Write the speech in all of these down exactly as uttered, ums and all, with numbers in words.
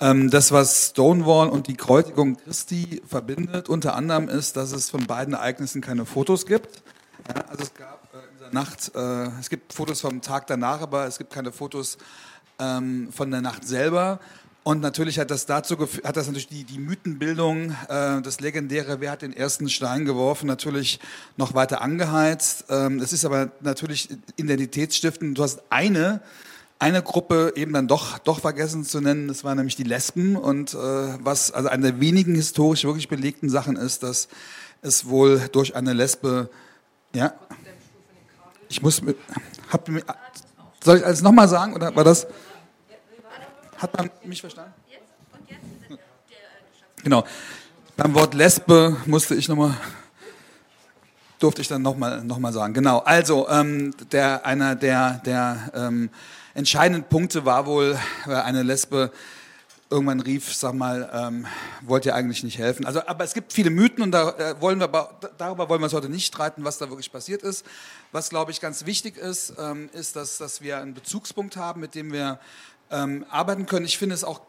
Ähm, das, was Stonewall und die Kreuzigung Christi verbindet, unter anderem ist, dass es von beiden Ereignissen keine Fotos gibt. Ja, also es gab äh, in dieser Nacht, äh, es gibt Fotos vom Tag danach, aber es gibt keine Fotos ähm, von der Nacht selber. Und natürlich hat das dazu geführt, hat das natürlich die, die Mythenbildung, äh, das legendäre, wer hat den ersten Stein geworfen, natürlich noch weiter angeheizt. Ähm, es ist aber natürlich identitätsstiftend. Du hast eine, eine Gruppe eben dann doch, doch vergessen zu nennen, das waren nämlich die Lesben. Und äh, was also eine der wenigen historisch wirklich belegten Sachen ist, dass es wohl durch eine Lesbe, ja, ich muss, mit, hab, soll ich alles nochmal sagen oder war das? Hat man mich verstanden? Genau. Beim Wort Lesbe musste ich nochmal, durfte ich dann nochmal noch mal sagen. Genau. Also ähm, der, einer der, der ähm, entscheidenden Punkte war wohl, äh, eine Lesbe irgendwann rief, sag mal, ähm, wollt ihr eigentlich nicht helfen? Also, aber es gibt viele Mythen und da, äh, wollen wir, darüber wollen wir uns heute nicht streiten, was da wirklich passiert ist. Was, glaube ich, ganz wichtig ist, ähm, ist, dass, dass wir einen Bezugspunkt haben, mit dem wir ähm, arbeiten können. Ich finde es auch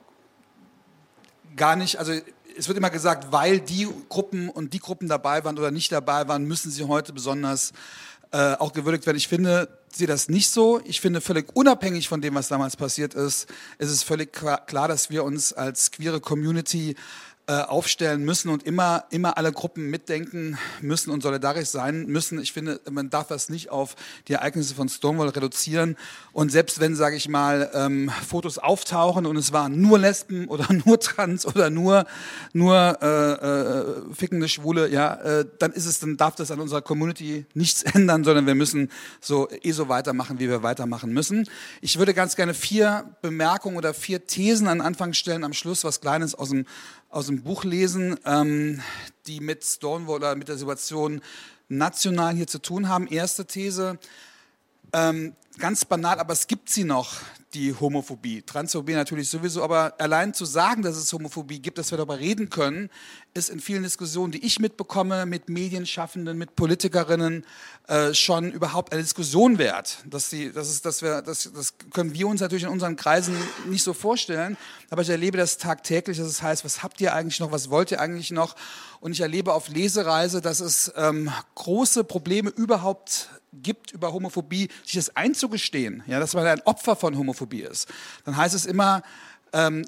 gar nicht, also es wird immer gesagt, weil die Gruppen und die Gruppen dabei waren oder nicht dabei waren, müssen sie heute besonders äh, auch gewürdigt werden. Ich finde, sehe das nicht so. Ich finde, völlig unabhängig von dem, was damals passiert ist, ist es völlig klar, dass wir uns als queere Community äh, aufstellen müssen und immer, immer alle Gruppen mitdenken müssen und solidarisch sein müssen. Ich finde, man darf das nicht auf die Ereignisse von Stonewall reduzieren. Und selbst wenn, sage ich mal, ähm, Fotos auftauchen und es waren nur Lesben oder nur Trans oder nur, nur äh, äh, fickende Schwule, ja, äh, dann ist es, dann darf das an unserer Community nichts ändern, sondern wir müssen so eh so weitermachen, wie wir weitermachen müssen. Ich würde ganz gerne vier Bemerkungen oder vier Thesen an den Anfang stellen, am Schluss was Kleines aus dem aus dem Buch lesen, ähm, die mit Stonewall oder mit der Situation national hier zu tun haben. Erste These, ähm, ganz banal, aber es gibt sie noch, die Homophobie. Transphobie natürlich sowieso, aber allein zu sagen, dass es Homophobie gibt, dass wir darüber reden können, ist in vielen Diskussionen, die ich mitbekomme, mit Medienschaffenden, mit Politikerinnen, äh, schon überhaupt eine Diskussion wert. Dass sie, das, ist, dass wir, das, das können wir uns natürlich in unseren Kreisen nicht so vorstellen, aber ich erlebe das tagtäglich, dass es heißt, was habt ihr eigentlich noch, was wollt ihr eigentlich noch? Und ich erlebe auf Lesereise, dass es ähm, große Probleme überhaupt gibt, über Homophobie, sich das einzugestehen, ja, dass man ein Opfer von Homophobie ist. Dann heißt es immer, ähm,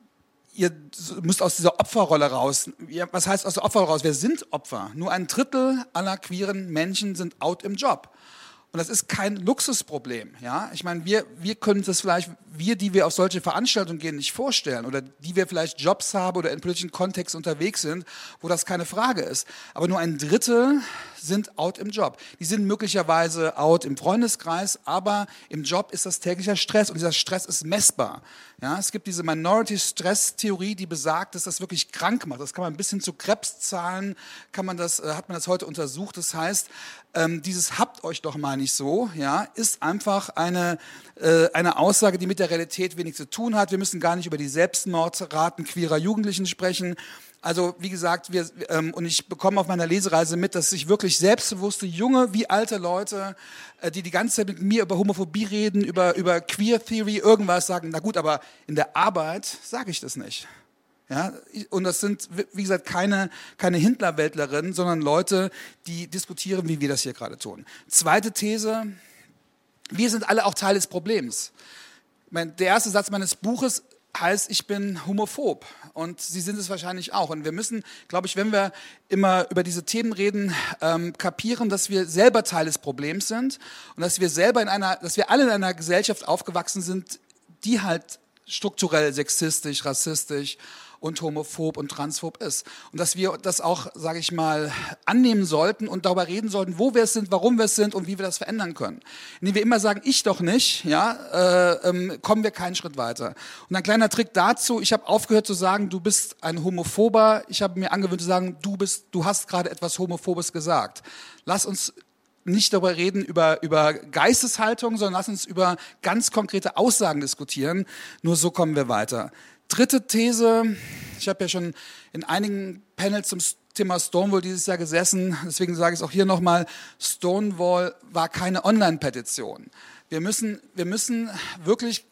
ihr müsst aus dieser Opferrolle raus. Ja, was heißt aus der Opferrolle raus? Wir sind Opfer. Nur ein Drittel aller queeren Menschen sind out im Job. Und das ist kein Luxusproblem. Ja? Ich meine, wir, wir können das vielleicht, wir, die wir auf solche Veranstaltungen gehen, nicht vorstellen oder die wir vielleicht Jobs haben oder in politischen Kontext unterwegs sind, wo das keine Frage ist. Aber nur ein Drittel sind out im Job. Die sind möglicherweise out im Freundeskreis, aber im Job ist das täglicher Stress und dieser Stress ist messbar. Ja, es gibt diese Minority-Stress-Theorie, die besagt, dass das wirklich krank macht. Das kann man ein bisschen zu Krebszahlen, kann man das, hat man das heute untersucht. Das heißt, ähm, dieses habt euch doch mal nicht so, ja, ist einfach eine, äh, eine Aussage, die mit der Realität wenig zu tun hat. Wir müssen gar nicht über die Selbstmordraten queerer Jugendlichen sprechen. Also wie gesagt, wir, ähm, und ich bekomme auf meiner Lesereise mit, dass sich wirklich selbstbewusste junge wie alte Leute, äh, die die ganze Zeit mit mir über Homophobie reden, über, über Queer Theory, irgendwas sagen, na gut, aber in der Arbeit sage ich das nicht. Ja, und das sind, wie gesagt, keine, keine Hintlerweltlerinnen, sondern Leute, die diskutieren, wie wir das hier gerade tun. Zweite These, wir sind alle auch Teil des Problems. Mein, der erste Satz meines Buches heißt, ich bin homophob und Sie sind es wahrscheinlich auch. Und wir müssen, glaube ich, wenn wir immer über diese Themen reden, ähm, kapieren, dass wir selber Teil des Problems sind und dass wir selber in einer, dass wir alle in einer Gesellschaft aufgewachsen sind, die halt strukturell sexistisch, rassistisch und homophob und transphob ist. Und dass wir das auch, sage ich mal, annehmen sollten und darüber reden sollten, wo wir es sind, warum wir es sind und wie wir das verändern können. Indem wir immer sagen, ich doch nicht, ja, äh, ähm, kommen wir keinen Schritt weiter. Und ein kleiner Trick dazu, ich habe aufgehört zu sagen, du bist ein Homophober, ich habe mir angewöhnt zu sagen, du bist, du hast gerade etwas Homophobes gesagt. Lass uns nicht darüber reden, über, über Geisteshaltung, sondern lass uns über ganz konkrete Aussagen diskutieren. Nur so kommen wir weiter. Dritte These, ich habe ja schon in einigen Panels zum Thema Stonewall dieses Jahr gesessen, deswegen sage ich es auch hier nochmal, Stonewall war keine Online-Petition. Wir müssen, wir müssen wirklich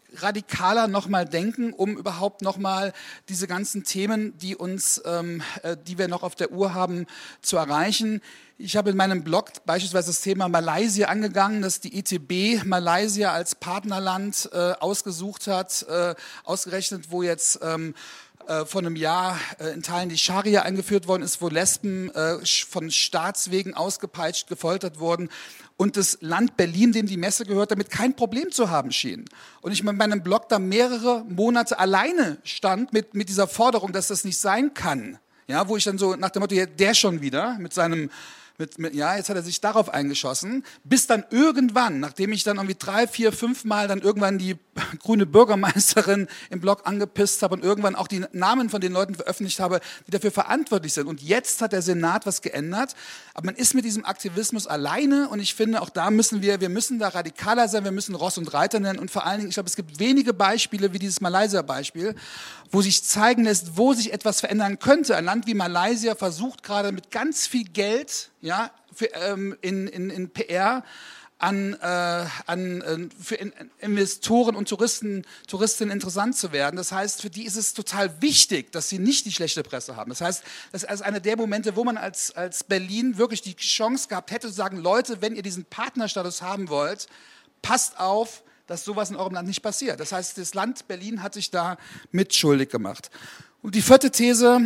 radikaler nochmal denken, um überhaupt nochmal diese ganzen Themen, die uns, ähm, äh, die wir noch auf der Uhr haben, zu erreichen. Ich habe in meinem Blog beispielsweise das Thema Malaysia angegangen, dass die I T B Malaysia als Partnerland äh, ausgesucht hat, äh, ausgerechnet, wo jetzt ähm, äh, vor einem Jahr äh, in Teilen die Scharia eingeführt worden ist, wo Lesben äh, von Staatswegen ausgepeitscht, gefoltert wurden. Und das Land Berlin, dem die Messe gehört, damit kein Problem zu haben schien. Und ich mit meinem Blog da mehrere Monate alleine stand mit, mit dieser Forderung, dass das nicht sein kann. Ja, wo ich dann so nach dem Motto, ja, der schon wieder mit seinem, mit, mit, ja, jetzt hat er sich darauf eingeschossen, bis dann irgendwann, nachdem ich dann irgendwie drei, vier, fünf Mal dann irgendwann die grüne Bürgermeisterin im Blog angepisst habe und irgendwann auch die Namen von den Leuten veröffentlicht habe, die dafür verantwortlich sind. Und jetzt hat der Senat was geändert, aber man ist mit diesem Aktivismus alleine und ich finde, auch da müssen wir, wir müssen da radikaler sein, wir müssen Ross und Reiter nennen und vor allen Dingen, ich glaube, es gibt wenige Beispiele wie dieses Malaysia-Beispiel, wo sich zeigen lässt, wo sich etwas verändern könnte. Ein Land wie Malaysia versucht gerade mit ganz viel Geld, ja, für, ähm, in, in, in P R an, äh, an äh, für in, Investoren und Touristen, Touristinnen interessant zu werden. Das heißt, für die ist es total wichtig, dass sie nicht die schlechte Presse haben. Das heißt, das ist also einer der Momente, wo man als, als Berlin wirklich die Chance gehabt hätte zu sagen, Leute, wenn ihr diesen Partnerstatus haben wollt, passt auf, dass sowas in eurem Land nicht passiert. Das heißt, das Land Berlin hat sich da mitschuldig gemacht. Und die vierte These,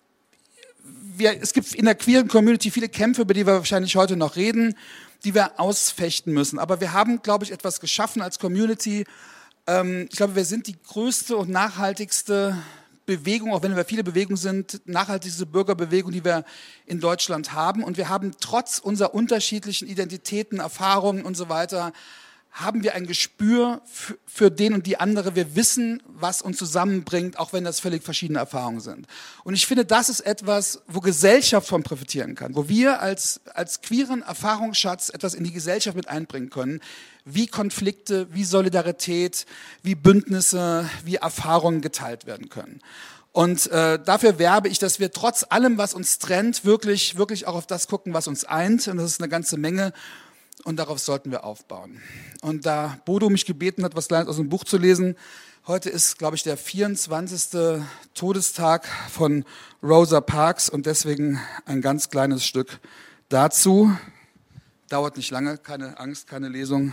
wir, es gibt in der queeren Community viele Kämpfe, über die wir wahrscheinlich heute noch reden, die wir ausfechten müssen. Aber wir haben, glaube ich, etwas geschaffen als Community. Ähm, ich glaube, wir sind die größte und nachhaltigste Bewegung, auch wenn wir viele Bewegungen sind, nachhaltigste Bürgerbewegung, die wir in Deutschland haben. Und wir haben trotz unserer unterschiedlichen Identitäten, Erfahrungen und so weiter, haben wir ein Gespür für, für den und die andere. Wir wissen, was uns zusammenbringt, auch wenn das völlig verschiedene Erfahrungen sind. Und ich finde, das ist etwas, wo Gesellschaft von profitieren kann, wo wir als, als queeren Erfahrungsschatz etwas in die Gesellschaft mit einbringen können, wie Konflikte, wie Solidarität, wie Bündnisse, wie Erfahrungen geteilt werden können. Und äh, dafür werbe ich, dass wir trotz allem, was uns trennt, wirklich, wirklich auch auf das gucken, was uns eint. Und das ist eine ganze Menge. Und darauf sollten wir aufbauen. Und da Bodo mich gebeten hat, was Kleines aus dem Buch zu lesen, heute ist, glaube ich, der vierundzwanzigste Todestag von Rosa Parks und deswegen ein ganz kleines Stück dazu. Dauert nicht lange, keine Angst, keine Lesung.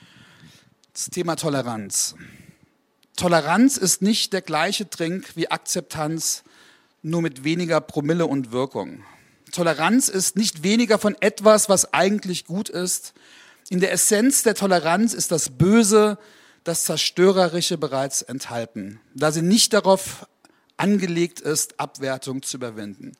Das Thema Toleranz. Toleranz ist nicht der gleiche Trink wie Akzeptanz, nur mit weniger Promille und Wirkung. Toleranz ist nicht weniger von etwas, was eigentlich gut ist. In der Essenz der Toleranz ist das Böse, das Zerstörerische bereits enthalten, da sie nicht darauf angelegt ist, Abwertung zu überwinden.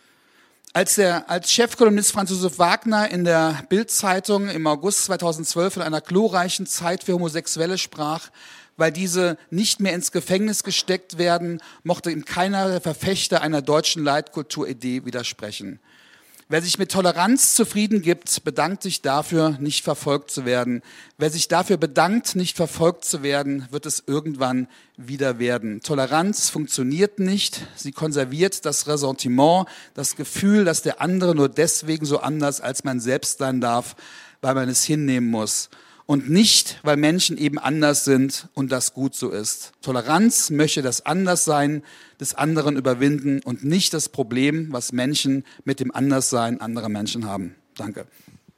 Als, der, als Chefkolumnist Franz Josef Wagner in der Bild-Zeitung im August zweitausendzwölf von einer glorreichen Zeit für Homosexuelle sprach, weil diese nicht mehr ins Gefängnis gesteckt werden, mochte ihm keiner der Verfechter einer deutschen Leitkulturidee widersprechen. Wer sich mit Toleranz zufrieden gibt, bedankt sich dafür, nicht verfolgt zu werden. Wer sich dafür bedankt, nicht verfolgt zu werden, wird es irgendwann wieder werden. Toleranz funktioniert nicht. Sie konserviert das Ressentiment, das Gefühl, dass der andere nur deswegen so anders als man selbst sein darf, weil man es hinnehmen muss. Und nicht, weil Menschen eben anders sind und das gut so ist. Toleranz möchte das Anderssein des anderen überwinden und nicht das Problem, was Menschen mit dem Anderssein anderer Menschen haben. Danke.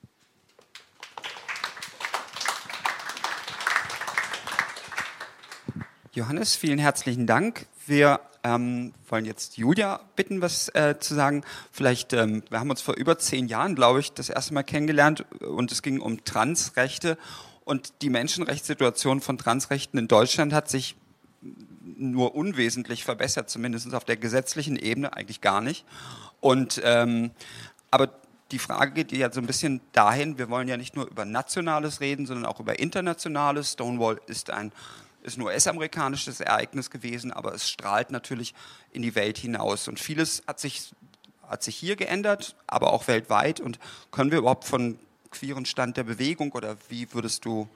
Johannes, vielen herzlichen Dank. Wir ähm, wollen jetzt Julia bitten, was äh, zu sagen. Vielleicht, ähm, wir haben uns vor über zehn Jahren, glaube ich, das erste Mal kennengelernt und es ging um Transrechte und die Menschenrechtssituation von Transrechten in Deutschland hat sich nur unwesentlich verbessert, zumindest auf der gesetzlichen Ebene, eigentlich gar nicht. Und ähm, aber die Frage geht ja so ein bisschen dahin, wir wollen ja nicht nur über Nationales reden, sondern auch über Internationales. Stonewall ist ein ist ein U S-amerikanisches Ereignis gewesen, aber es strahlt natürlich in die Welt hinaus. Und vieles hat sich, hat sich hier geändert, aber auch weltweit. Und können wir überhaupt von queeren Stand der Bewegung oder wie würdest du...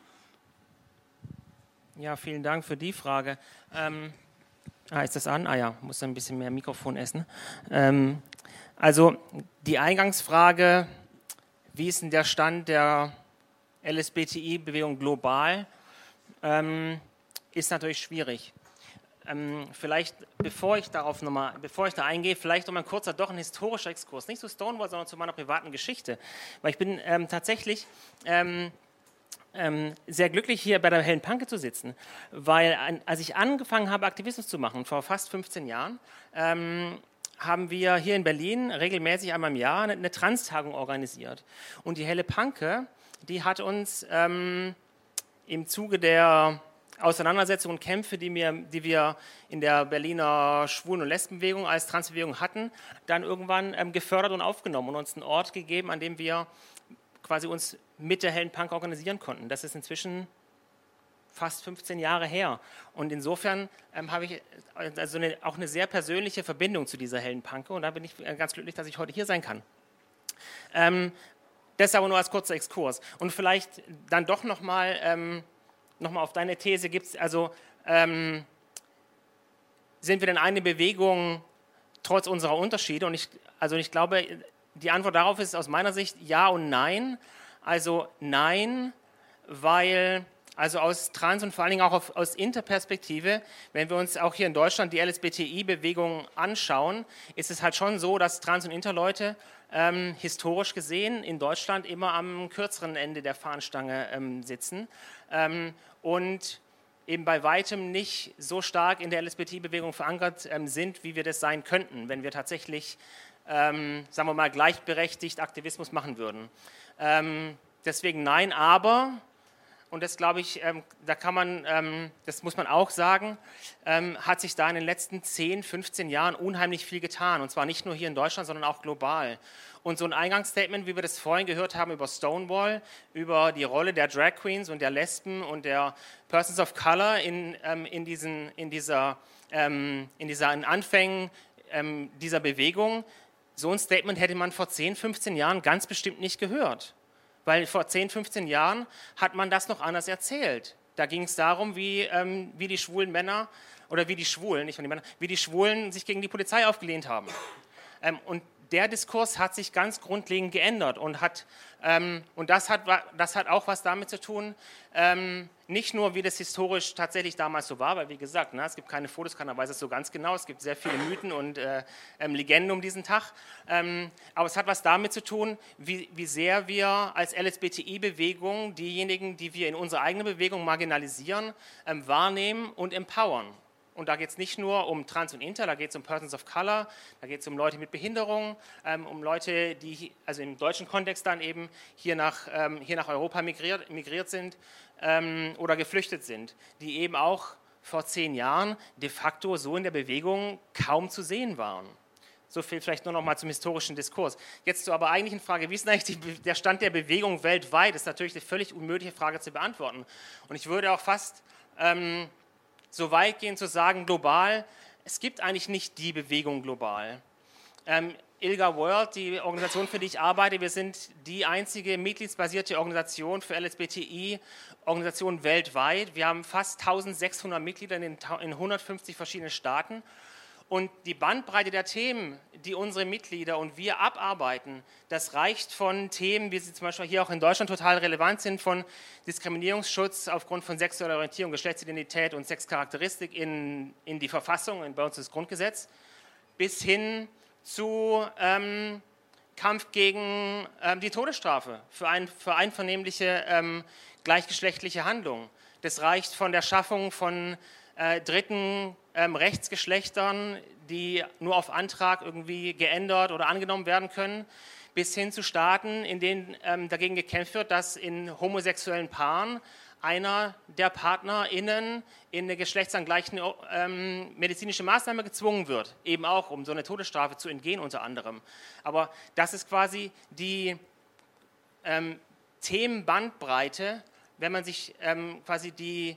Ja, vielen Dank für die Frage. Ähm, ah, ist das an? Ah ja, muss ein bisschen mehr Mikrofon essen. Ähm, also die Eingangsfrage, wie ist denn der Stand der L S B T I-Bewegung global? Ähm, ist natürlich schwierig. Ähm, vielleicht, bevor ich darauf nochmal, bevor ich da eingehe, vielleicht nochmal ein kurzer, doch ein historischer Exkurs, nicht zu Stonewall, sondern zu meiner privaten Geschichte, weil ich bin ähm, tatsächlich ähm, ähm, sehr glücklich, hier bei der Helen Panke zu sitzen, weil ein, als ich angefangen habe, Aktivismus zu machen, vor fast fünfzehn Jahren, ähm, haben wir hier in Berlin regelmäßig einmal im Jahr eine, eine Trans-Tagung organisiert. Und die Helle Panke, die hat uns ähm, im Zuge der Auseinandersetzungen und Kämpfe, die wir, die wir in der Berliner Schwulen- und Lesbenbewegung als Transbewegung hatten, dann irgendwann ähm, gefördert und aufgenommen und uns einen Ort gegeben, an dem wir quasi uns mit der Hellen Panke organisieren konnten. Das ist inzwischen fast fünfzehn Jahre her. Und insofern ähm, habe ich also eine, auch eine sehr persönliche Verbindung zu dieser Hellen Panke und da bin ich ganz glücklich, dass ich heute hier sein kann. Ähm, das aber nur als kurzer Exkurs. Und vielleicht dann doch nochmal ähm, nochmal auf deine These, gibt's also, ähm, sind wir denn eine Bewegung trotz unserer Unterschiede? Und ich, also ich glaube, die Antwort darauf ist aus meiner Sicht ja und nein. Also nein, weil, also aus Trans- und vor allen Dingen auch auf, aus Interperspektive, wenn wir uns auch hier in Deutschland die L S B T I-Bewegung anschauen, ist es halt schon so, dass Trans- und Interleute ähm, historisch gesehen in Deutschland immer am kürzeren Ende der Fahnenstange ähm, sitzen. Ähm, und eben bei weitem nicht so stark in der L S B T I-Bewegung verankert ähm, sind, wie wir das sein könnten, wenn wir tatsächlich, ähm, sagen wir mal, gleichberechtigt Aktivismus machen würden. Ähm, deswegen nein, aber, und das glaube ich, ähm, da kann man, ähm, das muss man auch sagen, ähm, hat sich da in den letzten zehn, fünfzehn Jahren unheimlich viel getan, und zwar nicht nur hier in Deutschland, sondern auch global. Und so ein Eingangsstatement, wie wir das vorhin gehört haben über Stonewall, über die Rolle der Drag Queens und der Lesben und der Persons of Color in, ähm, in, diesen, in dieser, ähm, in dieser in Anfängen ähm, dieser Bewegung, so ein Statement hätte man vor zehn, fünfzehn Jahren ganz bestimmt nicht gehört. Weil vor zehn, fünfzehn Jahren hat man das noch anders erzählt. Da ging es darum, wie, ähm, wie die schwulen Männer, oder wie die Schwulen, nicht von den Männern, wie die Schwulen sich gegen die Polizei aufgelehnt haben. Ähm, und der Diskurs hat sich ganz grundlegend geändert und, hat, ähm, und das, hat, das hat auch was damit zu tun, ähm, nicht nur, wie das historisch tatsächlich damals so war, weil wie gesagt, ne, es gibt keine Fotos, keiner weiß es so ganz genau, es gibt sehr viele Mythen und äh, ähm, Legenden um diesen Tag, ähm, aber es hat was damit zu tun, wie, wie sehr wir als L S B T I-Bewegung diejenigen, die wir in unserer eigenen Bewegung marginalisieren, ähm, wahrnehmen und empowern. Und da geht es nicht nur um Trans und Inter, da geht es um Persons of Color, da geht es um Leute mit Behinderung, ähm, um Leute, die also im deutschen Kontext dann eben hier nach, ähm, hier nach Europa migriert, migriert sind ähm, oder geflüchtet sind, die eben auch vor zehn Jahren de facto so in der Bewegung kaum zu sehen waren. So viel vielleicht nur noch mal zum historischen Diskurs. Jetzt zur aber eigentlichen Frage, wie ist eigentlich die, der Stand der Bewegung weltweit? Das ist natürlich eine völlig unmögliche Frage zu beantworten. Und ich würde auch fast Ähm, so weit gehen zu sagen, global, es gibt eigentlich nicht die Bewegung global. Ähm, ILGA World, die Organisation, für die ich arbeite, wir sind die einzige mitgliedsbasierte Organisation für L S B T I-Organisationen weltweit. Wir haben fast eintausendsechshundert Mitglieder in, den, in hundertfünfzig verschiedenen Staaten. Und die Bandbreite der Themen, die unsere Mitglieder und wir abarbeiten, das reicht von Themen, wie sie zum Beispiel hier auch in Deutschland total relevant sind, von Diskriminierungsschutz aufgrund von sexueller Orientierung, Geschlechtsidentität und Sexcharakteristik in, in die Verfassung, in, bei uns das Grundgesetz, bis hin zu ähm, Kampf gegen ähm, die Todesstrafe für, ein, für einvernehmliche ähm, gleichgeschlechtliche Handlungen. Das reicht von der Schaffung von äh, dritten ähm, Rechtsgeschlechtern, die nur auf Antrag irgendwie geändert oder angenommen werden können, bis hin zu Staaten, in denen ähm, dagegen gekämpft wird, dass in homosexuellen Paaren einer der PartnerInnen in eine geschlechtsangleichende ähm, medizinische Maßnahme gezwungen wird, eben auch, um so eine Todesstrafe zu entgehen unter anderem. Aber das ist quasi die ähm, Themenbandbreite, wenn man sich ähm, quasi die,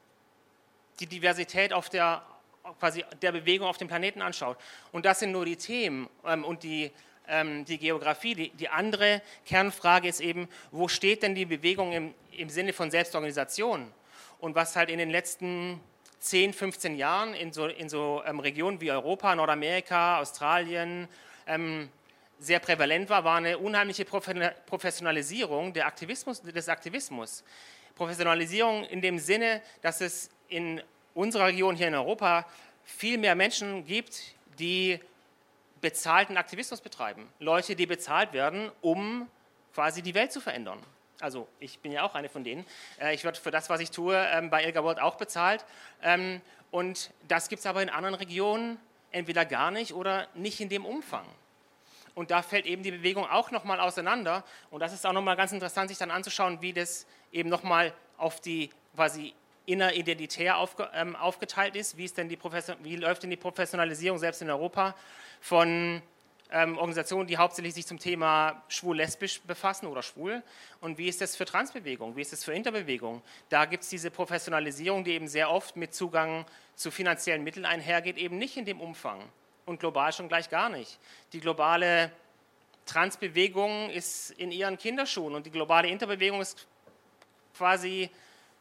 die Diversität auf der, quasi der Bewegung auf dem Planeten anschaut. Und das sind nur die Themen ähm, und die die Geografie. Die, die andere Kernfrage ist eben, wo steht denn die Bewegung im, im Sinne von Selbstorganisation? Und was halt in den letzten zehn, fünfzehn Jahren in so, in so ähm, Regionen wie Europa, Nordamerika, Australien ähm, sehr prävalent war, war eine unheimliche Professionalisierung der Aktivismus, des Aktivismus. Professionalisierung in dem Sinne, dass es in unserer Region hier in Europa viel mehr Menschen gibt, die bezahlten Aktivismus betreiben. Leute, die bezahlt werden, um quasi die Welt zu verändern. Also ich bin ja auch eine von denen. Ich werde für das, was ich tue, bei ILGA World auch bezahlt. Und das gibt es aber in anderen Regionen entweder gar nicht oder nicht in dem Umfang. Und da fällt eben die Bewegung auch nochmal auseinander. Und das ist auch nochmal ganz interessant, sich dann anzuschauen, wie das eben nochmal auf die quasi inneridentitär aufge, ähm, aufgeteilt ist. Wie, ist denn die wie läuft denn die Professionalisierung selbst in Europa von ähm, Organisationen, die hauptsächlich sich zum Thema schwul-lesbisch befassen oder schwul? Und wie ist das für Transbewegung? Wie ist das für Interbewegung? Da gibt es diese Professionalisierung, die eben sehr oft mit Zugang zu finanziellen Mitteln einhergeht, eben nicht in dem Umfang. Und global schon gleich gar nicht. Die globale Transbewegung ist in ihren Kinderschuhen und die globale Interbewegung ist quasi,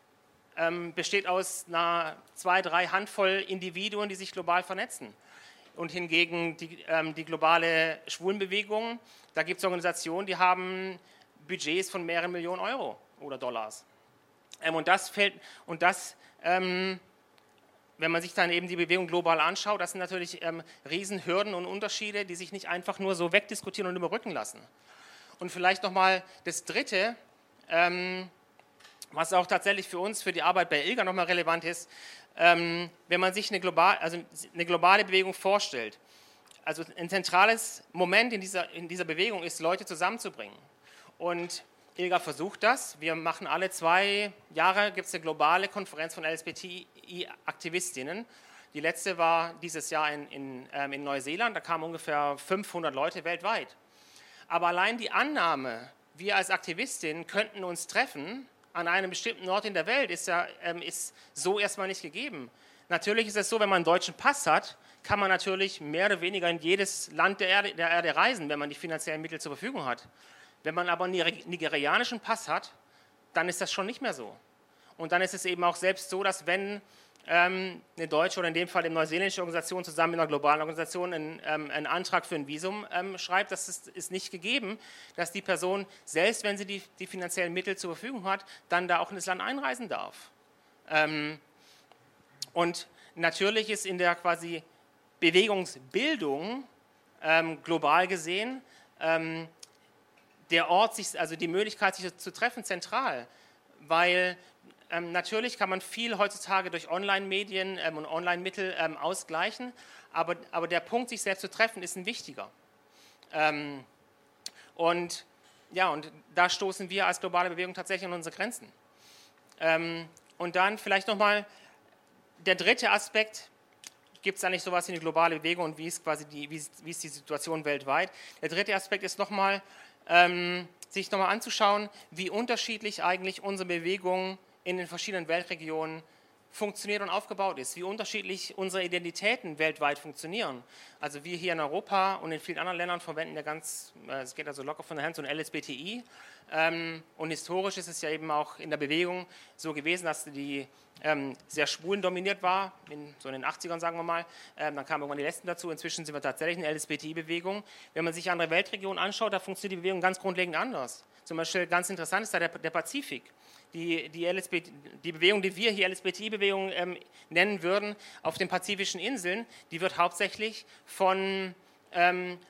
ähm, besteht aus einer zwei, drei Handvoll Individuen, die sich global vernetzen. Und hingegen die, ähm, die globale Schwulenbewegung, da gibt es Organisationen, die haben Budgets von mehreren Millionen Euro oder Dollars. Ähm, und das fällt, und das ähm, wenn man sich dann eben die Bewegung global anschaut, das sind natürlich ähm, Riesenhürden und Unterschiede, die sich nicht einfach nur so wegdiskutieren und überbrücken lassen. Und vielleicht nochmal das Dritte, ähm, was auch tatsächlich für uns, für die Arbeit bei ILGA nochmal relevant ist, ähm, wenn man sich eine, global, also eine globale Bewegung vorstellt. Also ein zentrales Moment in dieser, in dieser Bewegung ist, Leute zusammenzubringen. Und ILGA versucht das. Wir machen alle zwei Jahre, gibt es eine globale Konferenz von L S B T I-Aktivistinnen. Die letzte war dieses Jahr in, in, ähm, in Neuseeland, da kamen ungefähr fünfhundert Leute weltweit. Aber allein die Annahme, wir als Aktivistinnen könnten uns treffen an einem bestimmten Ort in der Welt, ist, ja, ähm, ist so erstmal nicht gegeben. Natürlich ist es so, wenn man einen deutschen Pass hat, kann man natürlich mehr oder weniger in jedes Land der Erde, der Erde reisen, wenn man die finanziellen Mittel zur Verfügung hat. Wenn man aber einen nigerianischen Pass hat, dann ist das schon nicht mehr so. Und dann ist es eben auch selbst so, dass wenn ähm, eine deutsche oder in dem Fall eine neuseeländische Organisation zusammen mit einer globalen Organisation einen, ähm, einen Antrag für ein Visum ähm, schreibt, das ist, ist nicht gegeben, dass die Person, selbst wenn sie die, die finanziellen Mittel zur Verfügung hat, dann da auch in das Land einreisen darf. Ähm, und natürlich ist in der quasi Bewegungsbildung ähm, global gesehen ähm, der Ort, sich, also die Möglichkeit, sich zu treffen, zentral, weil ähm, natürlich kann man viel heutzutage durch Online-Medien ähm, und Online-Mittel ähm, ausgleichen, aber, aber der Punkt, sich selbst zu treffen, ist ein wichtiger. Ähm, und, ja, und da stoßen wir als globale Bewegung tatsächlich an unsere Grenzen. Ähm, und dann vielleicht nochmal der dritte Aspekt, gibt es eigentlich sowas wie eine globale Bewegung und wie ist, quasi die, wie ist, wie ist die Situation weltweit? Der dritte Aspekt ist nochmal, Ähm, sich nochmal anzuschauen, wie unterschiedlich eigentlich unsere Bewegung in den verschiedenen Weltregionen funktioniert und aufgebaut ist, wie unterschiedlich unsere Identitäten weltweit funktionieren. Also wir hier in Europa und in vielen anderen Ländern verwenden ja ganz, es geht also locker von der Hand, so ein L S B T I. Ähm, und historisch ist es ja eben auch in der Bewegung so gewesen, dass die ähm, sehr schwulen dominiert war, in, so in den achtzigern sagen wir mal. Ähm, dann kamen irgendwann die Lesben dazu, inzwischen sind wir tatsächlich eine L S B T I-Bewegung. Wenn man sich andere Weltregionen anschaut, da funktioniert die Bewegung ganz grundlegend anders. Zum Beispiel ganz interessant ist da der, der Pazifik. Die, die, L S B T, die Bewegung, die wir hier L S B T I-Bewegung ähm, nennen würden, auf den pazifischen Inseln, die wird hauptsächlich von ähm,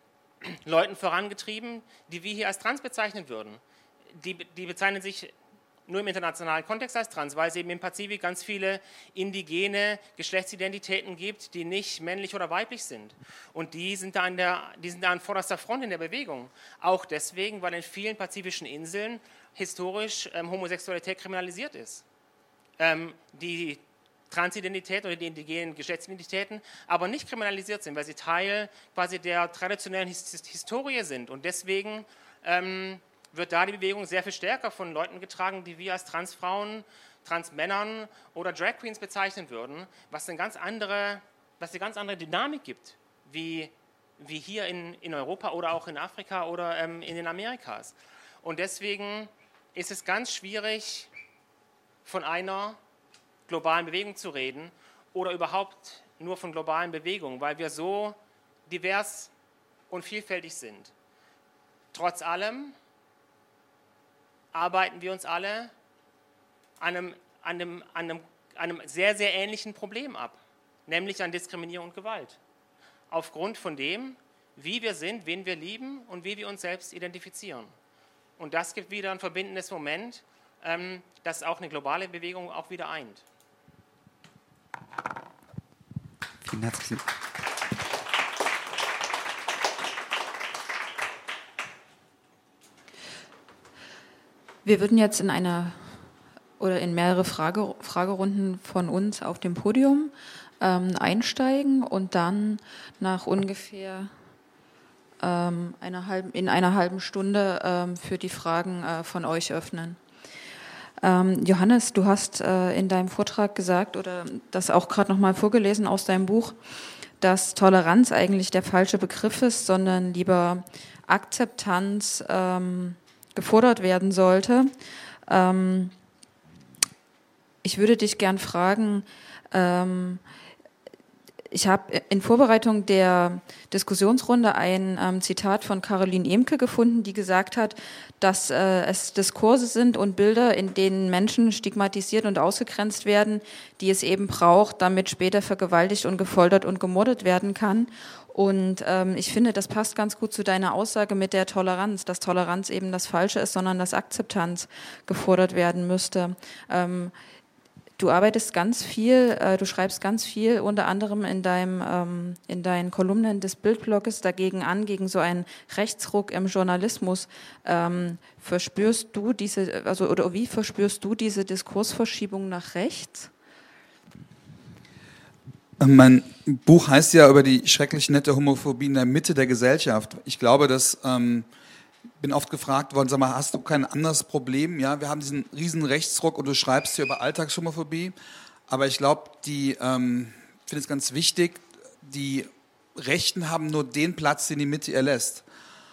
Leuten vorangetrieben, die wir hier als trans bezeichnen würden. Die, die bezeichnen sich nur im internationalen Kontext als trans, weil es eben im Pazifik ganz viele indigene Geschlechtsidentitäten gibt, die nicht männlich oder weiblich sind. Und die sind da an, der, die sind da an vorderster Front in der Bewegung. Auch deswegen, weil in vielen pazifischen Inseln historisch ähm, Homosexualität kriminalisiert ist. Ähm, die Transidentität oder die indigenen Geschlechtsidentitäten aber nicht kriminalisiert sind, weil sie Teil quasi der traditionellen His Historie sind. Und deswegen ähm, wird da die Bewegung sehr viel stärker von Leuten getragen, die wir als Transfrauen, Transmännern oder Drag Queens bezeichnen würden, was eine ganz andere, was eine ganz andere Dynamik gibt, wie, wie hier in, in Europa oder auch in Afrika oder ähm, in den Amerikas. Und deswegen ist es ganz schwierig, von einer globalen Bewegung zu reden oder überhaupt nur von globalen Bewegungen, weil wir so divers und vielfältig sind. Trotz allem arbeiten wir uns alle an einem, an einem, an einem, einem sehr, sehr ähnlichen Problem ab, nämlich an Diskriminierung und Gewalt. Aufgrund von dem, wie wir sind, wen wir lieben und wie wir uns selbst identifizieren. Und das gibt wieder ein verbindendes Moment, ähm, das auch eine globale Bewegung auch wieder eint. Vielen herzlichen Dank. Wir würden jetzt in einer oder in mehrere Frage, Fragerunden von uns auf dem Podium ähm, einsteigen und dann nach ungefähr ähm, einer halben, in einer halben Stunde ähm, für die Fragen äh, von euch öffnen. Ähm, Johannes, du hast äh, in deinem Vortrag gesagt oder das auch gerade nochmal vorgelesen aus deinem Buch, dass Toleranz eigentlich der falsche Begriff ist, sondern lieber Akzeptanz ähm, gefordert werden sollte. Ähm, ich würde dich gern fragen, ähm, ich habe in Vorbereitung der Diskussionsrunde ein ähm, Zitat von Caroline Emke gefunden, die gesagt hat, dass äh, es Diskurse sind und Bilder, in denen Menschen stigmatisiert und ausgegrenzt werden, die es eben braucht, damit später vergewaltigt und gefoltert und gemordet werden kann. Und ähm, ich finde, das passt ganz gut zu deiner Aussage mit der Toleranz, dass Toleranz eben das Falsche ist, sondern dass Akzeptanz gefordert werden müsste. Ähm, du arbeitest ganz viel, äh, du schreibst ganz viel, unter anderem in, deinem, ähm, in deinen Kolumnen des Bildblogges dagegen an, gegen so einen Rechtsruck im Journalismus. Ähm, verspürst du diese, also oder wie verspürst du diese Diskursverschiebung nach rechts? Mein Buch heißt ja über die schrecklich nette Homophobie in der Mitte der Gesellschaft. Ich glaube, dass ähm, bin oft gefragt worden, sag mal, hast du kein anderes Problem? Ja, wir haben diesen riesen Rechtsruck und du schreibst hier über Alltagshomophobie. Aber ich glaube, die, ähm, ich finde es ganz wichtig, die Rechten haben nur den Platz, den die Mitte ihr lässt.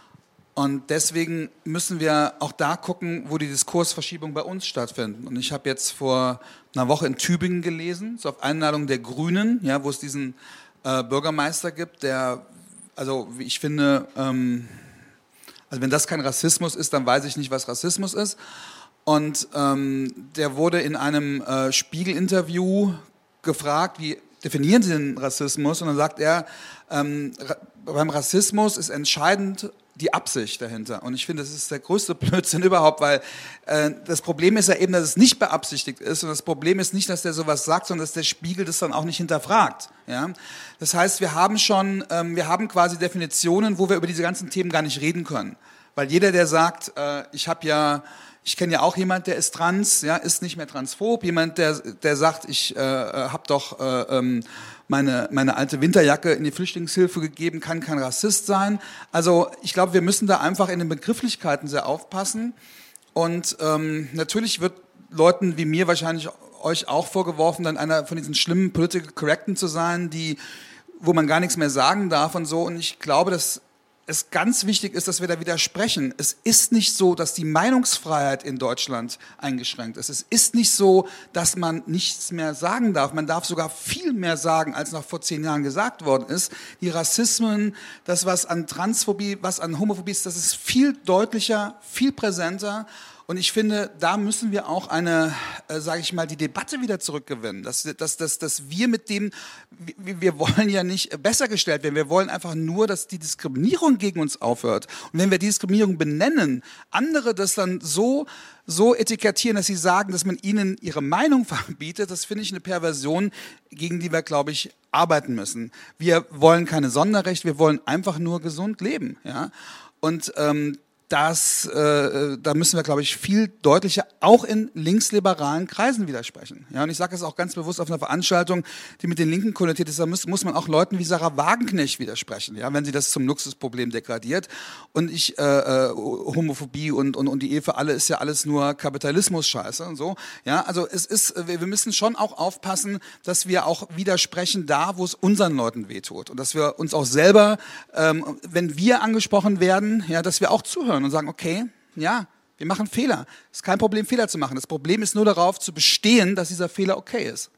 Und deswegen müssen wir auch da gucken, wo die Diskursverschiebungen bei uns stattfinden. Und ich habe jetzt vor einer Woche in Tübingen gelesen, so auf Einladung der Grünen, ja, wo es diesen äh, Bürgermeister gibt, der, also wie ich finde, ähm, also wenn das kein Rassismus ist, dann weiß ich nicht, was Rassismus ist. Und ähm, der wurde in einem äh, Spiegel-Interview gefragt, wie definieren Sie den Rassismus? Und dann sagt er, ähm, beim Rassismus ist entscheidend die Absicht dahinter. Und ich finde, das ist der größte Blödsinn überhaupt, weil äh, das Problem ist ja eben, dass es nicht beabsichtigt ist. Und das Problem ist nicht, dass der sowas sagt, sondern dass der Spiegel das dann auch nicht hinterfragt. Ja? Das heißt, wir haben schon, ähm, wir haben quasi Definitionen, wo wir über diese ganzen Themen gar nicht reden können. Weil jeder, der sagt, äh, ich habe ja, ich kenne ja auch jemand, der ist trans, ja, ist nicht mehr transphob. Jemand, der, der sagt, ich äh, habe doch äh, ähm, meine, meine alte Winterjacke in die Flüchtlingshilfe gegeben, kann kein Rassist sein. Also ich glaube, wir müssen da einfach in den Begrifflichkeiten sehr aufpassen. Und ähm, natürlich wird Leuten wie mir wahrscheinlich euch auch vorgeworfen, dann einer von diesen schlimmen Political Correcten zu sein, die, wo man gar nichts mehr sagen darf und so. Und ich glaube, dass es ganz wichtig ist, dass wir da widersprechen. Es ist nicht so, dass die Meinungsfreiheit in Deutschland eingeschränkt ist. Es ist nicht so, dass man nichts mehr sagen darf. Man darf sogar viel mehr sagen, als noch vor zehn Jahren gesagt worden ist. Die Rassismen, das, was an Transphobie, was an Homophobie ist, das ist viel deutlicher, viel präsenter. Und ich finde, da müssen wir auch eine, äh, sage ich mal, die Debatte wieder zurückgewinnen. Dass, dass, dass, dass wir mit dem, wir, wir wollen ja nicht besser gestellt werden, wir wollen einfach nur, dass die Diskriminierung gegen uns aufhört. Und wenn wir die Diskriminierung benennen, andere das dann so, so etikettieren, dass sie sagen, dass man ihnen ihre Meinung verbietet, das finde ich eine Perversion, gegen die wir, glaube ich, arbeiten müssen. Wir wollen keine Sonderrechte, wir wollen einfach nur gesund leben. Ja? Und ähm, Das, äh, da müssen wir, glaube ich, viel deutlicher auch in linksliberalen Kreisen widersprechen. Ja, und ich sage das auch ganz bewusst auf einer Veranstaltung, die mit den Linken konnotiert ist, da muss, muss man auch Leuten wie Sarah Wagenknecht widersprechen, ja, wenn sie das zum Luxusproblem degradiert. Und ich, äh, äh, Homophobie und, und, und die Ehe für alle ist ja alles nur Kapitalismus-Scheiße und so. Ja, also es ist, wir müssen schon auch aufpassen, dass wir auch widersprechen da, wo es unseren Leuten wehtut. Und dass wir uns auch selber, ähm, wenn wir angesprochen werden, ja, dass wir auch zuhören und sagen, okay, ja, wir machen Fehler. Es ist kein Problem, Fehler zu machen. Das Problem ist nur darauf zu bestehen, dass dieser Fehler okay ist.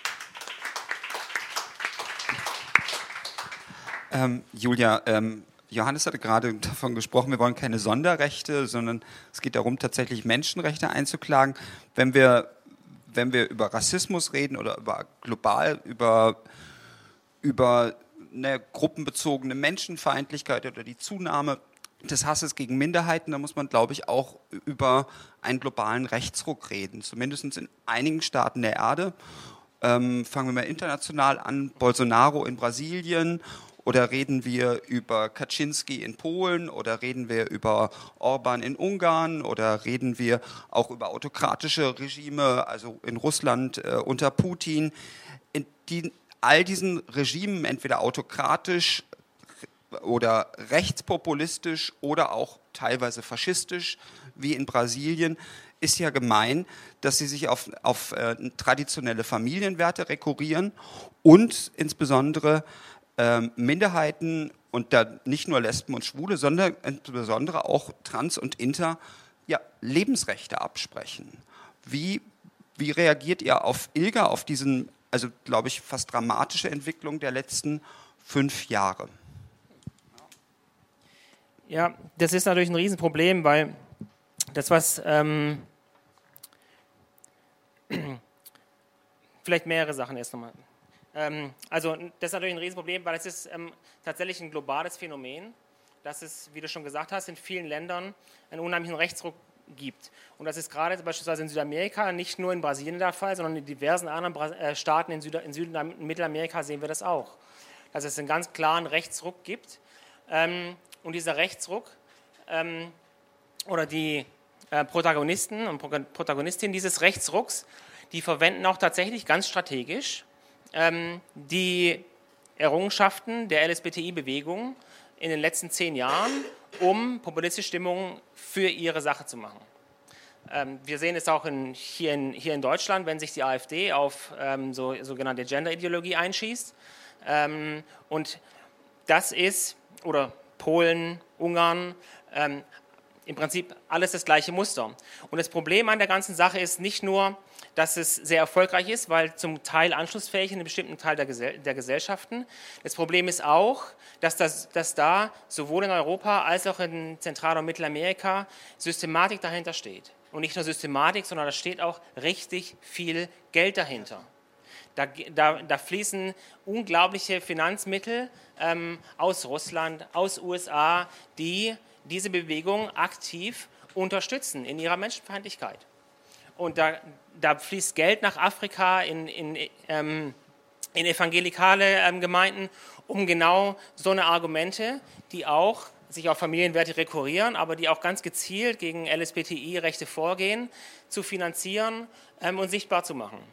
Ähm, Julia, ähm, Johannes hatte gerade davon gesprochen, wir wollen keine Sonderrechte, sondern es geht darum, tatsächlich Menschenrechte einzuklagen. Wenn wir, wenn wir über Rassismus reden oder über global, über, über eine gruppenbezogene Menschenfeindlichkeit oder die Zunahme des Hasses gegen Minderheiten, da muss man, glaube ich, auch über einen globalen Rechtsruck reden, zumindest in einigen Staaten der Erde. Ähm, fangen wir mal international an, Bolsonaro in Brasilien, oder reden wir über Kaczynski in Polen, oder reden wir über Orban in Ungarn, oder reden wir auch über autokratische Regime, also in Russland äh, unter Putin. In die, all diesen Regimen, entweder autokratisch oder rechtspopulistisch oder auch teilweise faschistisch, wie in Brasilien, ist ja gemein, dass sie sich auf, auf äh, traditionelle Familienwerte rekurrieren und insbesondere äh, Minderheiten und da nicht nur Lesben und Schwule, sondern insbesondere auch Trans und Inter ja, Lebensrechte absprechen. Wie, wie reagiert ihr auf ILGA, auf diesen, also glaube ich, fast dramatische Entwicklung der letzten fünf Jahre? Ja, das ist natürlich ein Riesenproblem, weil das, was ähm, vielleicht mehrere Sachen erst nochmal. Ähm, also das ist natürlich ein Riesenproblem, weil es ist ähm, tatsächlich ein globales Phänomen, dass es, wie du schon gesagt hast, in vielen Ländern einen unheimlichen Rechtsruck gibt. Und das ist gerade beispielsweise in Südamerika nicht nur in Brasilien der Fall, sondern in diversen anderen Bra äh, Staaten in, Süd in Süd- und Mittelamerika sehen wir das auch. Dass es einen ganz klaren Rechtsruck gibt. Ähm, und dieser Rechtsruck ähm, oder die äh, Protagonisten und Pro Protagonistinnen dieses Rechtsrucks, die verwenden auch tatsächlich ganz strategisch ähm, die Errungenschaften der L S B T I-Bewegung in den letzten zehn Jahren, um populistische Stimmungen für ihre Sache zu machen. Ähm, wir sehen es auch in, hier, in, hier in Deutschland, wenn sich die AfD auf ähm, so, sogenannte Gender-Ideologie einschießt. Ähm, und das ist, oder Polen, Ungarn, ähm, im Prinzip alles das gleiche Muster. Und das Problem an der ganzen Sache ist nicht nur, dass es sehr erfolgreich ist, weil zum Teil anschlussfähig in einem bestimmten Teil der, Gesell der Gesellschaften. Das Problem ist auch, dass, das, dass da sowohl in Europa als auch in Zentral- und Mittelamerika Systematik dahinter steht. Und nicht nur Systematik, sondern da steht auch richtig viel Geld dahinter. Da, da, da fließen unglaubliche Finanzmittel ähm, aus Russland, aus U S A, die diese Bewegung aktiv unterstützen in ihrer Menschenfeindlichkeit. Und da, da fließt Geld nach Afrika in, in, ähm, in evangelikale ähm, Gemeinden, um genau so eine Argumente, die auch sich auf Familienwerte rekurrieren, aber die auch ganz gezielt gegen L S B T I-Rechte vorgehen, zu finanzieren ähm, und sichtbar zu machen.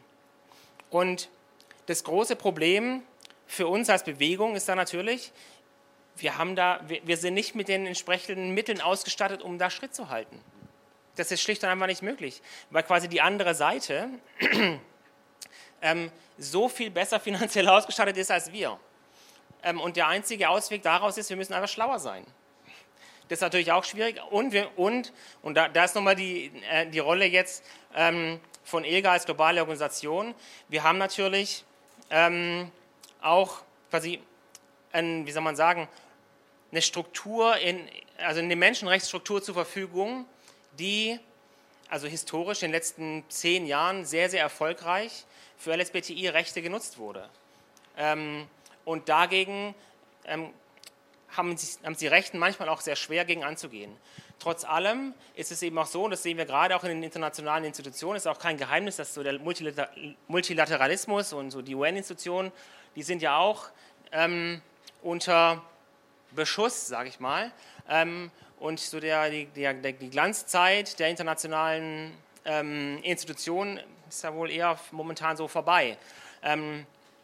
Und das große Problem für uns als Bewegung ist da natürlich, wir, haben da, wir, wir sind nicht mit den entsprechenden Mitteln ausgestattet, um da Schritt zu halten. Das ist schlicht und einfach nicht möglich, weil quasi die andere Seite ähm, so viel besser finanziell ausgestattet ist als wir. Ähm, und der einzige Ausweg daraus ist, wir müssen einfach schlauer sein. Das ist natürlich auch schwierig. Und, wir, und, und da, da ist nochmal die, äh, die Rolle jetzt ähm, von ILGA als globale Organisation. Wir haben natürlich ähm, auch quasi, ein, wie soll man sagen, eine Struktur, in, also eine Menschenrechtsstruktur zur Verfügung, die also historisch in den letzten zehn Jahren sehr, sehr erfolgreich für L S B T I-Rechte genutzt wurde. Ähm, und dagegen ähm, haben, sie, haben die Rechten manchmal auch sehr schwer gegen anzugehen. Trotz allem ist es eben auch so, und das sehen wir gerade auch in den internationalen Institutionen, ist auch kein Geheimnis, dass so der Multilater Multilateralismus und so die U N-Institutionen, die sind ja auch ähm, unter Beschuss, sage ich mal, ähm, und so der, die, der, die Glanzzeit der internationalen ähm, Institutionen ist ja wohl eher momentan so vorbei. Ähm,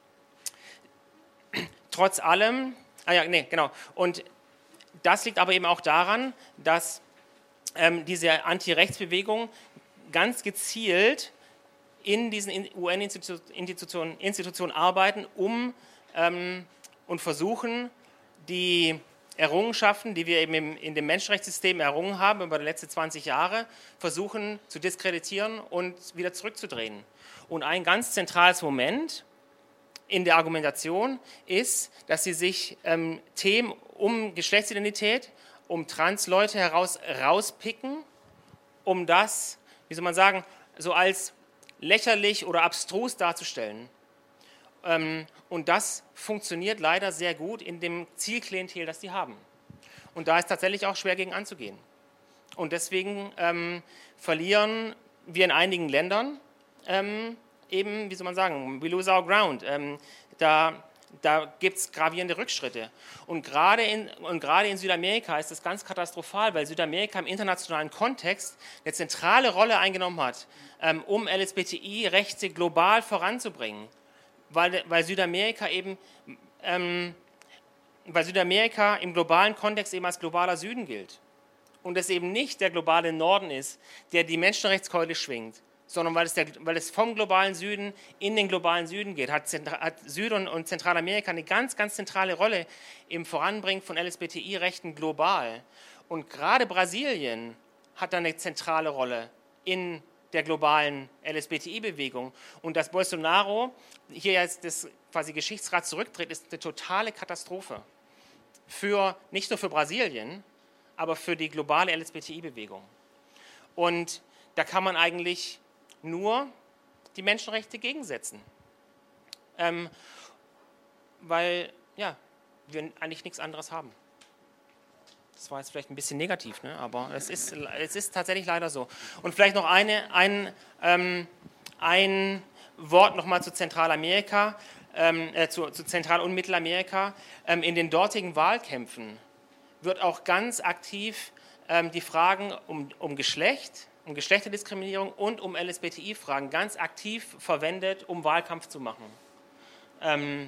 trotz allem, ah ja, nee, genau, und das liegt aber eben auch daran, dass ähm, diese Anti-Rechts-Bewegung ganz gezielt in diesen U N-Institutionen Institutionen arbeiten, um ähm, und versuchen, die Errungenschaften, die wir eben im, in dem Menschenrechtssystem errungen haben über die letzten zwanzig Jahre, versuchen zu diskreditieren und wieder zurückzudrehen. Und ein ganz zentrales Moment in der Argumentation ist, dass sie sich ähm, Themen um Geschlechtsidentität, um Transleute heraus rauspicken, um das, wie soll man sagen, so als lächerlich oder abstrus darzustellen. Ähm, und das funktioniert leider sehr gut in dem Zielklientel, das sie haben. Und da ist tatsächlich auch schwer gegen anzugehen. Und deswegen ähm, verlieren wir in einigen Ländern ähm, eben, wie soll man sagen, we lose our ground. Ähm, da da gibt es gravierende Rückschritte. Und gerade in, und gerade in Südamerika ist das ganz katastrophal, weil Südamerika im internationalen Kontext eine zentrale Rolle eingenommen hat, ähm, um L S B T I-Rechte global voranzubringen. Weil, weil Südamerika eben, ähm, weil Südamerika im globalen Kontext eben als globaler Süden gilt. Und es eben nicht der globale Norden ist, der die Menschenrechtskeule schwingt, sondern weil es, der, weil es vom globalen Süden in den globalen Süden geht, hat, hat Süd- und, und Zentralamerika eine ganz, ganz zentrale Rolle im Voranbringen von L S B T I-Rechten global. Und gerade Brasilien hat da eine zentrale Rolle in der globalen L S B T I-Bewegung. Und dass Bolsonaro hier jetzt das quasi Geschichtsrad zurücktritt, ist eine totale Katastrophe. Für, nicht nur für Brasilien, aber für die globale L S B T I-Bewegung. Und da kann man eigentlich nur die Menschenrechte gegensetzen. Ähm, weil, ja, wir eigentlich nichts anderes haben. Das war jetzt vielleicht ein bisschen negativ, ne? Aber es ist, es ist tatsächlich leider so. Und vielleicht noch eine, ein, ähm, ein Wort nochmal zu Zentralamerika, ähm, äh, zu, zu Zentral- und Mittelamerika. Ähm, in den dortigen Wahlkämpfen wird auch ganz aktiv ähm, die Fragen um, um Geschlecht, um Geschlechterdiskriminierung und um L S B T I-Fragen ganz aktiv verwendet, um Wahlkampf zu machen, ähm,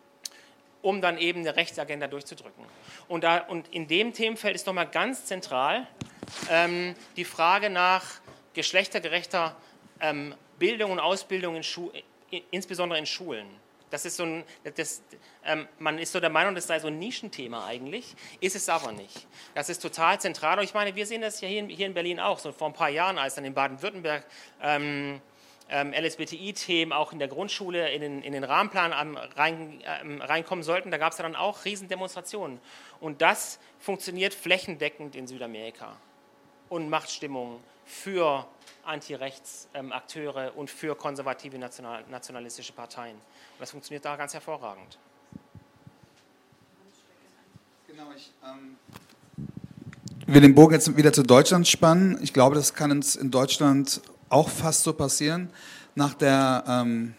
um dann eben eine Rechtsagenda durchzudrücken. Und, da, und in dem Themenfeld ist nochmal ganz zentral ähm, die Frage nach geschlechtergerechter ähm, Bildung und Ausbildung, in Schu- insbesondere in Schulen. Das ist so ein, das, ähm, man ist so der Meinung, das sei so ein Nischenthema eigentlich, ist es aber nicht. Das ist total zentral. Und ich meine, wir sehen das ja hier in, hier in Berlin auch, so vor ein paar Jahren, als dann in Baden-Württemberg ähm, ähm, L S B T I-Themen auch in der Grundschule in den, in den Rahmenplan ähm, rein, ähm, reinkommen sollten, da gab es ja dann auch Riesendemonstrationen. Und das funktioniert flächendeckend in Südamerika und macht Stimmung für Anti-Rechts-Akteure ähm, und für konservative national, nationalistische Parteien. Und das funktioniert da ganz hervorragend. Genau, ich ähm, will den Bogen jetzt wieder zu Deutschland spannen. Ich glaube, das kann uns in Deutschland auch fast so passieren. Nach der ähm,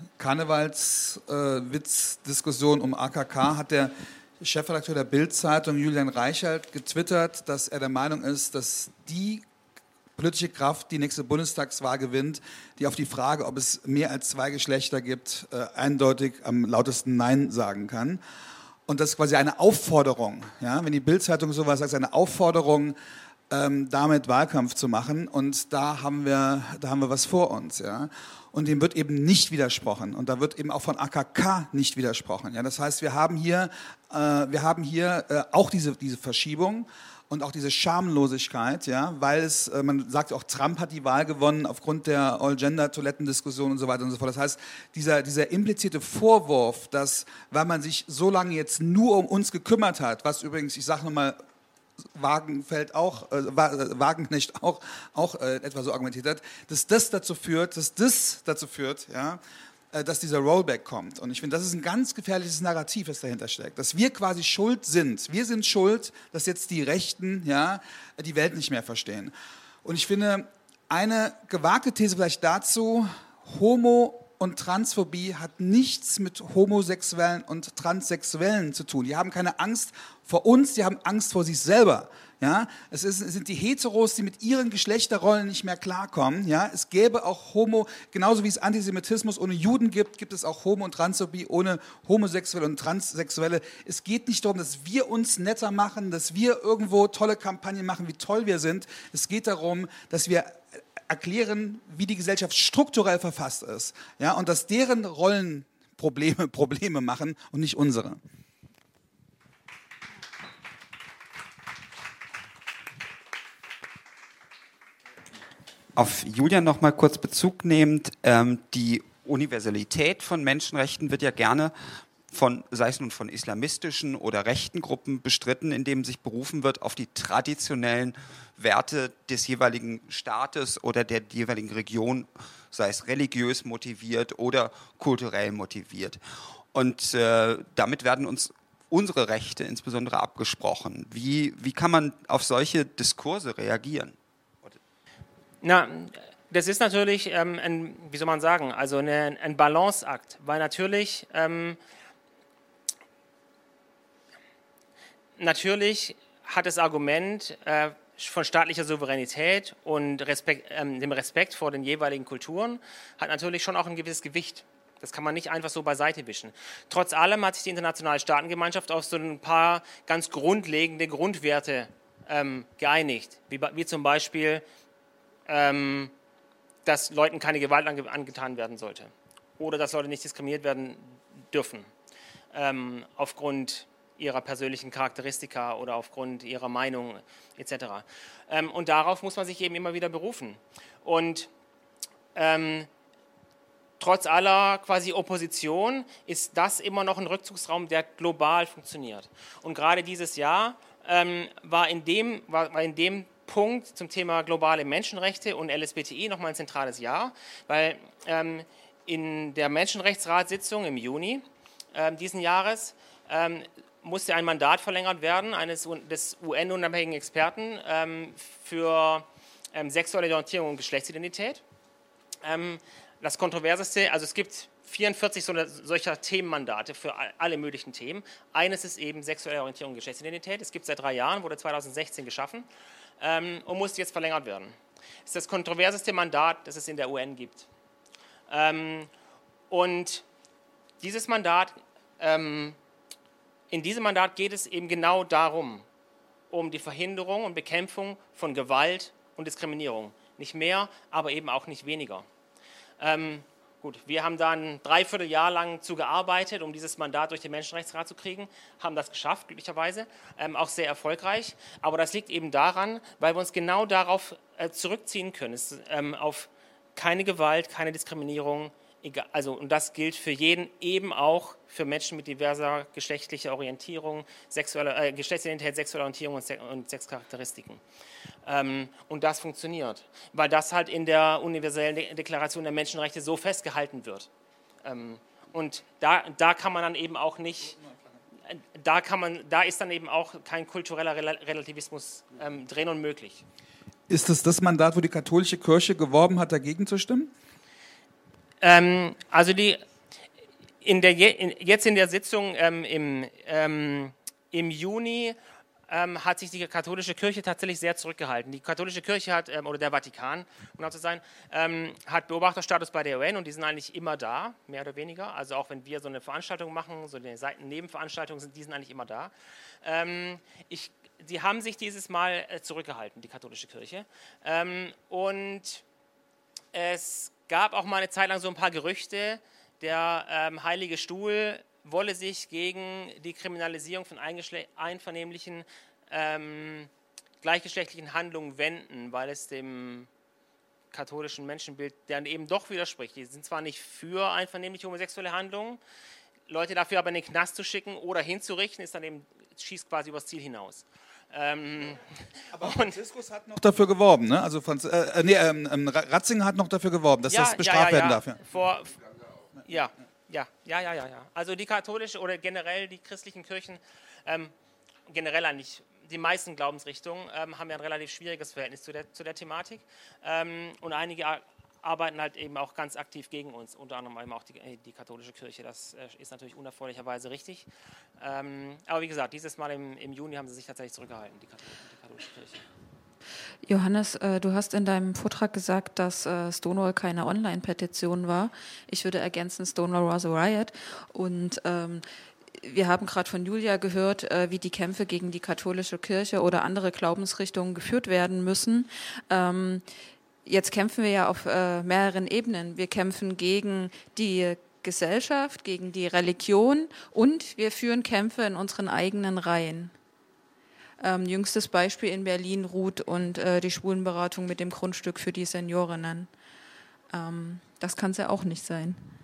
Karnevalswitzdiskussion äh, um A K K hat der Chefredakteur der Bild-Zeitung Julian Reichelt getwittert, dass er der Meinung ist, dass die politische Kraft die nächste Bundestagswahl gewinnt, die auf die Frage, ob es mehr als zwei Geschlechter gibt, äh, eindeutig am lautesten Nein sagen kann. Und das ist quasi eine Aufforderung, ja, wenn die Bild-Zeitung sowas sagt, eine Aufforderung, ähm, damit Wahlkampf zu machen. Und da haben wir, da haben wir was vor uns, ja. Und dem wird eben nicht widersprochen. Und da wird eben auch von A K K nicht widersprochen. Ja. Das heißt, wir haben hier, äh, wir haben hier äh, auch diese, diese Verschiebung. Und auch diese Schamlosigkeit, ja, weil es, man sagt auch, Trump hat die Wahl gewonnen aufgrund der All-Gender-Toilettendiskussion und so weiter und so fort. Das heißt, dieser, dieser implizierte Vorwurf, dass, weil man sich so lange jetzt nur um uns gekümmert hat, was übrigens, ich sage nochmal, Wagenfeld auch, äh, Wagenknecht auch, auch äh, etwa so argumentiert hat, dass das dazu führt, dass das dazu führt, ja, dass dieser Rollback kommt. Und ich finde, das ist ein ganz gefährliches Narrativ, das dahinter steckt. Dass wir quasi schuld sind. Wir sind schuld, dass jetzt die Rechten, ja, die Welt nicht mehr verstehen. Und ich finde, eine gewagte These vielleicht dazu, Homo- und Transphobie hat nichts mit Homosexuellen und Transsexuellen zu tun. Die haben keine Angst vor uns, die haben Angst vor sich selber. Ja, es, ist, es sind die Heteros, die mit ihren Geschlechterrollen nicht mehr klarkommen. Ja, es gäbe auch Homo, genauso wie es Antisemitismus ohne Juden gibt, gibt es auch Homo- und Transphobie ohne Homosexuelle und Transsexuelle. Es geht nicht darum, dass wir uns netter machen, dass wir irgendwo tolle Kampagnen machen, wie toll wir sind. Es geht darum, dass wir erklären, wie die Gesellschaft strukturell verfasst ist. Ja, und dass deren Rollen Probleme, Probleme machen und nicht unsere. Auf Julian noch mal kurz Bezug nehmend, ähm, die Universalität von Menschenrechten wird ja gerne von, sei es nun von islamistischen oder rechten Gruppen bestritten, indem sich berufen wird auf die traditionellen Werte des jeweiligen Staates oder der jeweiligen Region, sei es religiös motiviert oder kulturell motiviert. Und äh, damit werden uns unsere Rechte insbesondere abgesprochen. Wie, wie kann man auf solche Diskurse reagieren? Na, das ist natürlich, ähm, ein, wie soll man sagen, also eine, ein Balanceakt, weil natürlich ähm, Natürlich hat das Argument äh, von staatlicher Souveränität und Respekt, ähm, dem Respekt vor den jeweiligen Kulturen hat natürlich schon auch ein gewisses Gewicht. Das kann man nicht einfach so beiseite wischen. Trotz allem hat sich die internationale Staatengemeinschaft auf so ein paar ganz grundlegende Grundwerte ähm, geeinigt, wie, wie zum Beispiel, ähm, dass Leuten keine Gewalt ange angetan werden sollte oder dass Leute nicht diskriminiert werden dürfen ähm, aufgrund ihrer persönlichen Charakteristika oder aufgrund ihrer Meinung et cetera. Ähm, und darauf muss man sich eben immer wieder berufen. Und ähm, trotz aller quasi Opposition ist das immer noch ein Rückzugsraum, der global funktioniert. Und gerade dieses Jahr ähm, war, in dem, war, war in dem Punkt zum Thema globale Menschenrechte und L S B T I nochmal ein zentrales Jahr, weil ähm, in der Menschenrechtsratssitzung im Juni ähm, diesen Jahres ähm, musste ein Mandat verlängert werden eines des U N-unabhängigen Experten ähm, für ähm, sexuelle Orientierung und Geschlechtsidentität. Ähm, das Kontroverseste, also es gibt vierundvierzig so, solcher Themenmandate für alle möglichen Themen. Eines ist eben sexuelle Orientierung und Geschlechtsidentität. Es gibt es seit drei Jahren, wurde zweitausendsechzehn geschaffen ähm, und musste jetzt verlängert werden. Es ist das kontroverseste Mandat, das es in der U N gibt. Ähm, und dieses Mandat ähm, In diesem Mandat geht es eben genau darum, um die Verhinderung und Bekämpfung von Gewalt und Diskriminierung. Nicht mehr, aber eben auch nicht weniger. Ähm, gut, wir haben da ein Dreivierteljahr lang zu gearbeitet, um dieses Mandat durch den Menschenrechtsrat zu kriegen, haben das geschafft, glücklicherweise, ähm, auch sehr erfolgreich. Aber das liegt eben daran, weil wir uns genau darauf äh, zurückziehen können, es, ähm, auf keine Gewalt, keine Diskriminierung. Egal, also, und das gilt für jeden, eben auch für Menschen mit diverser geschlechtlicher Orientierung, sexuelle, äh, Geschlechtsidentität, sexuelle Orientierung und, Se und Sexcharakteristiken. Ähm, und das funktioniert, weil das halt in der universellen De Deklaration der Menschenrechte so festgehalten wird. Ähm, und da, da kann man dann eben auch nicht, da, kann man, da ist dann eben auch kein kultureller Rel Relativismus ähm, drin und möglich. Ist es das Mandat, wo die katholische Kirche geworben hat, dagegen zu stimmen? Ähm, also die, in der, in, jetzt in der Sitzung ähm, im, ähm, im Juni ähm, hat sich die katholische Kirche tatsächlich sehr zurückgehalten. Die katholische Kirche hat, ähm, oder der Vatikan, um genau zu sein, ähm, hat Beobachterstatus bei der U N und die sind eigentlich immer da, mehr oder weniger. Also auch wenn wir so eine Veranstaltung machen, so eine Seitennebenveranstaltung, sind die sind eigentlich immer da. Ähm, ich, die haben sich dieses Mal äh, zurückgehalten, die katholische Kirche. Ähm, und es gab auch mal eine Zeit lang so ein paar Gerüchte, der ähm, Heilige Stuhl wolle sich gegen die Kriminalisierung von einvernehmlichen ähm, gleichgeschlechtlichen Handlungen wenden, weil es dem katholischen Menschenbild dann eben doch widerspricht. Die sind zwar nicht für einvernehmliche homosexuelle Handlungen, Leute dafür aber in den Knast zu schicken oder hinzurichten, ist dann eben, schießt quasi übers Ziel hinaus. Ähm, aber Franziskus hat noch dafür geworben, ne? Also Franz äh, nee, ähm, Ratzinger hat noch dafür geworben, dass ja, das bestraft ja, ja, werden ja. darf. Ja. Vor, ja, ja, ja, ja, ja, ja. Also die katholische oder generell die christlichen Kirchen, ähm, generell eigentlich die meisten Glaubensrichtungen ähm, haben ja ein relativ schwieriges Verhältnis zu der, zu der Thematik ähm, und einige arbeiten halt eben auch ganz aktiv gegen uns, unter anderem eben auch die, die katholische Kirche. Das äh, ist natürlich unerfreulicherweise richtig. Ähm, aber wie gesagt, dieses Mal im, im Juni haben sie sich tatsächlich zurückgehalten, die katholische, die katholische Kirche. Johannes, äh, du hast in deinem Vortrag gesagt, dass äh, Stonewall keine Online-Petition war. Ich würde ergänzen, Stonewall was a riot. Und ähm, wir haben gerade von Julia gehört, äh, wie die Kämpfe gegen die katholische Kirche oder andere Glaubensrichtungen geführt werden müssen. Ähm, Jetzt kämpfen wir ja auf äh, mehreren Ebenen. Wir kämpfen gegen die Gesellschaft, gegen die Religion und wir führen Kämpfe in unseren eigenen Reihen. Ähm, jüngstes Beispiel in Berlin Ruth und äh, die Schwulenberatung mit dem Grundstück für die Seniorinnen. Ähm, das kann es ja auch nicht sein.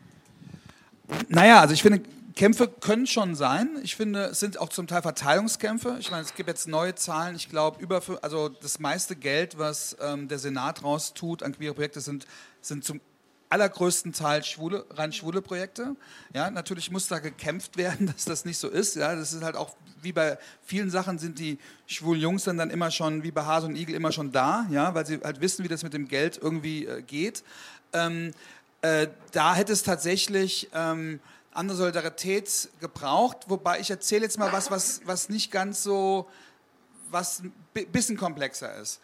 Naja, also ich finde, Kämpfe können schon sein. Ich finde, es sind auch zum Teil Verteilungskämpfe. Ich meine, es gibt jetzt neue Zahlen. Ich glaube, über also das meiste Geld, was ähm, der Senat raus tut an queere Projekte, sind, sind zum allergrößten Teil schwule, rein schwule Projekte. Ja, natürlich muss da gekämpft werden, dass das nicht so ist. Ja, das ist halt auch, wie bei vielen Sachen sind die schwulen Jungs dann, dann immer schon, wie bei Hase und Igel, immer schon da, ja, weil sie halt wissen, wie das mit dem Geld irgendwie äh, geht. Ähm, äh, da hätte es tatsächlich ähm, andere Solidarität gebraucht, wobei ich erzähle jetzt mal was, was, was nicht ganz so, was ein bisschen komplexer ist.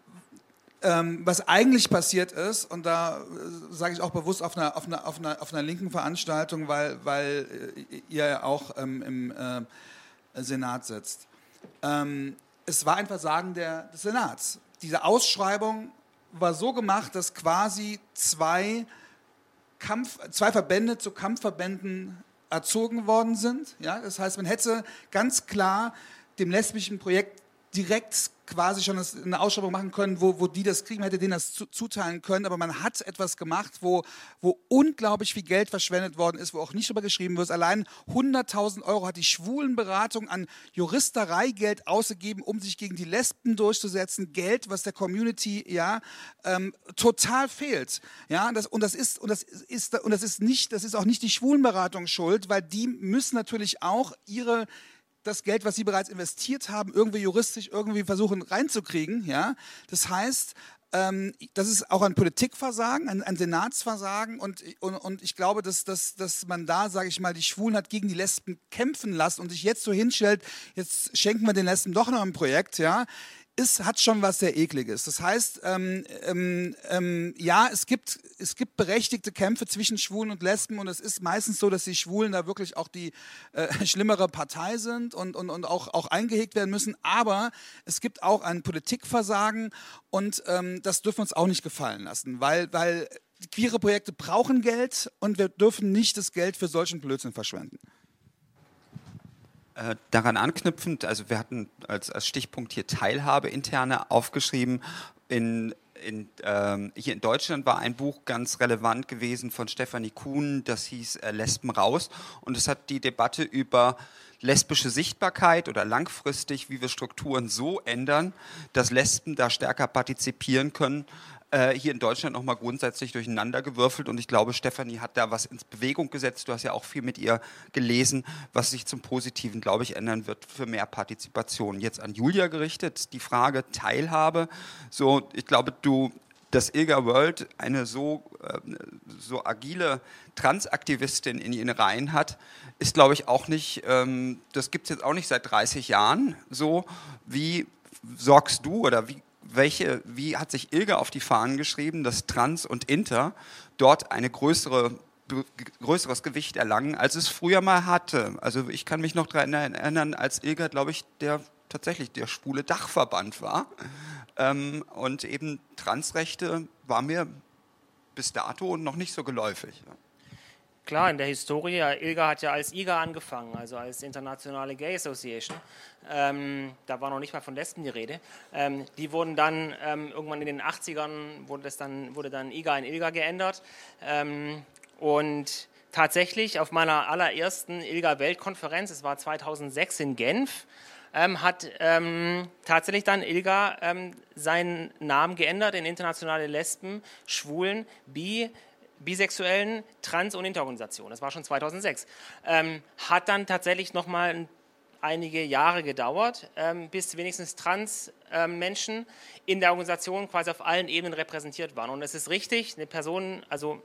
Ähm, was eigentlich passiert ist, und da äh, sage ich auch bewusst auf einer, auf einer, auf einer, auf einer linken Veranstaltung, weil, weil äh, ihr ja auch ähm, im äh, Senat sitzt. Ähm, es war ein Versagen der, des Senats. Diese Ausschreibung war so gemacht, dass quasi zwei, Kampf, zwei Verbände zu Kampfverbänden erzogen worden sind. Ja? Das heißt, man hätte ganz klar dem lesbischen Projekt direkt quasi schon eine Ausschreibung machen können, wo, wo die das kriegen, man hätte denen das zu, zuteilen können, aber man hat etwas gemacht, wo, wo unglaublich viel Geld verschwendet worden ist, wo auch nicht drüber geschrieben wird. Allein hunderttausend Euro hat die Schwulenberatung an Juristereigeld ausgegeben, um sich gegen die Lesben durchzusetzen. Geld, was der Community ja ähm, total fehlt. Ja, das, und das ist und das ist und das ist nicht, das ist auch nicht die Schwulenberatung schuld, weil die müssen natürlich auch ihre das Geld, was sie bereits investiert haben, irgendwie juristisch irgendwie versuchen reinzukriegen. Ja? Das heißt, ähm, das ist auch ein Politikversagen, ein, ein Senatsversagen und, und, und ich glaube, dass, dass, dass man da, sage ich mal, die Schwulen hat gegen die Lesben kämpfen lassen und sich jetzt so hinstellt, jetzt schenken wir den Lesben doch noch ein Projekt, ja, ist, hat schon was sehr Ekliges. Das heißt, ähm, ähm, ähm, ja, es gibt, es gibt berechtigte Kämpfe zwischen Schwulen und Lesben und es ist meistens so, dass die Schwulen da wirklich auch die äh, schlimmere Partei sind und, und, und auch, auch eingehegt werden müssen, aber es gibt auch ein Politikversagen und ähm, das dürfen wir uns auch nicht gefallen lassen, weil, weil queere Projekte brauchen Geld und wir dürfen nicht das Geld für solchen Blödsinn verschwenden. Äh, daran anknüpfend, also wir hatten als, als Stichpunkt hier Teilhabe interne aufgeschrieben. In, in, ähm, hier in Deutschland war ein Buch ganz relevant gewesen von Stefanie Kuhn, das hieß äh, Lesben raus und es hat die Debatte über lesbische Sichtbarkeit oder langfristig, wie wir Strukturen so ändern, dass Lesben da stärker partizipieren können, hier in Deutschland nochmal grundsätzlich durcheinander gewürfelt und ich glaube, Stefanie hat da was ins Bewegung gesetzt. Du hast ja auch viel mit ihr gelesen, was sich zum Positiven, glaube ich, ändern wird für mehr Partizipation. Jetzt an Julia gerichtet, die Frage Teilhabe. So, ich glaube, du, dass Ilga World eine so, äh, so agile Transaktivistin in ihren Reihen hat, ist, glaube ich, auch nicht, ähm, das gibt es jetzt auch nicht seit dreißig Jahren so. Wie sorgst du oder wie Welche, wie hat sich Ilga auf die Fahnen geschrieben, dass Trans und Inter dort eine größere, größeres Gewicht erlangen, als es früher mal hatte? Also ich kann mich noch daran erinnern, als Ilga, glaube ich, der tatsächlich der schwule Dachverband war. Ähm, und eben Transrechte war mir bis dato noch nicht so geläufig. Klar, in der Historie, Ilga hat ja als I G A angefangen, also als Internationale Gay Association. Ähm, da war noch nicht mal von Lesben die Rede. Ähm, die wurden dann ähm, irgendwann in den achtzigern, wurde, das dann, wurde dann I G A in Ilga geändert. Ähm, und tatsächlich auf meiner allerersten Ilga-Weltkonferenz, es war zweitausendsechs in Genf, ähm, hat ähm, tatsächlich dann Ilga ähm, seinen Namen geändert in Internationale Lesben, Schwulen, Bi, Bisexuellen, Trans- und Interorganisationen. Das war schon zweitausendsechs. Ähm, hat dann tatsächlich nochmal einige Jahre gedauert, ähm, bis wenigstens Trans-Menschen ähm, in der Organisation quasi auf allen Ebenen repräsentiert waren. Und es ist richtig, eine Person, also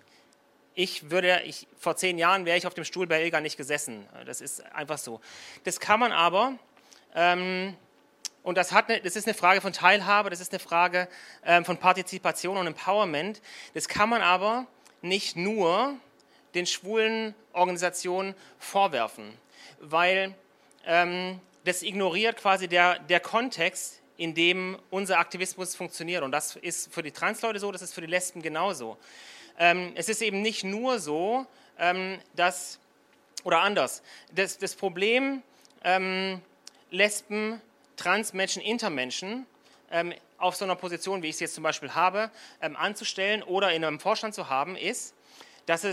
ich würde, ich, vor zehn Jahren wäre ich auf dem Stuhl bei Ilga nicht gesessen. Das ist einfach so. Das kann man aber, ähm, und das, hat eine, das ist eine Frage von Teilhabe, das ist eine Frage ähm, von Partizipation und Empowerment. Das kann man aber nicht nur den schwulen Organisationen vorwerfen, weil ähm, das ignoriert quasi der, der Kontext, in dem unser Aktivismus funktioniert. Und das ist für die Transleute so, das ist für die Lesben genauso. Ähm, es ist eben nicht nur so, ähm, dass, oder anders, das, das Problem ähm, Lesben, Transmenschen, Intermenschen ähm, auf so einer Position, wie ich es jetzt zum Beispiel habe, ähm, anzustellen oder in einem Vorstand zu haben, ist, dass es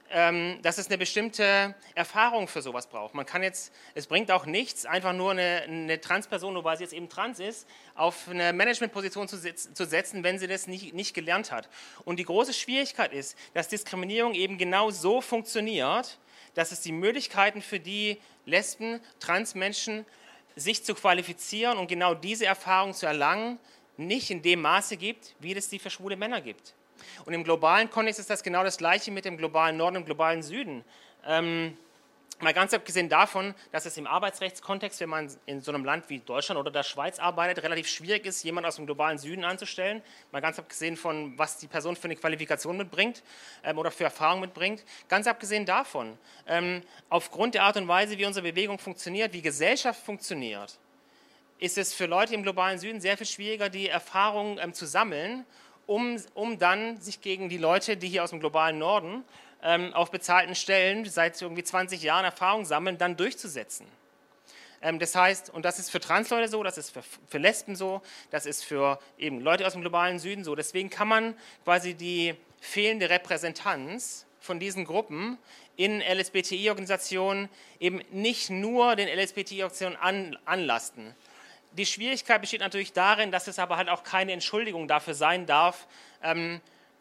ähm, dass es eine bestimmte Erfahrung für sowas braucht. Man kann jetzt, es bringt auch nichts, einfach nur eine, eine Transperson, nur weil sie jetzt eben trans ist, auf eine Managementposition zu, zu setzen, wenn sie das nicht, nicht gelernt hat. Und die große Schwierigkeit ist, dass Diskriminierung eben genau so funktioniert, dass es die Möglichkeiten für die Lesben, Transmenschen, sich zu qualifizieren und genau diese Erfahrung zu erlangen, nicht in dem Maße gibt, wie es die für schwule Männer gibt. Und im globalen Kontext ist das genau das Gleiche mit dem globalen Norden und dem globalen Süden. Ähm, mal ganz abgesehen davon, dass es im Arbeitsrechtskontext, wenn man in so einem Land wie Deutschland oder der Schweiz arbeitet, relativ schwierig ist, jemanden aus dem globalen Süden anzustellen. Mal ganz abgesehen von, was die Person für eine Qualifikation mitbringt ähm, oder für Erfahrung mitbringt. Ganz abgesehen davon, ähm, aufgrund der Art und Weise, wie unsere Bewegung funktioniert, wie Gesellschaft funktioniert, ist es für Leute im globalen Süden sehr viel schwieriger, die Erfahrungen ähm, zu sammeln, Um, um dann sich gegen die Leute, die hier aus dem globalen Norden ähm, auf bezahlten Stellen seit irgendwie zwanzig Jahren Erfahrung sammeln, dann durchzusetzen. Ähm, das heißt, und das ist für Transleute so, das ist für, für Lesben so, das ist für eben Leute aus dem globalen Süden so. Deswegen kann man quasi die fehlende Repräsentanz von diesen Gruppen in L S B T I-Organisationen eben nicht nur den L S B T I-Organisationen an, anlasten. Die Schwierigkeit besteht natürlich darin, dass es aber halt auch keine Entschuldigung dafür sein darf, ähm,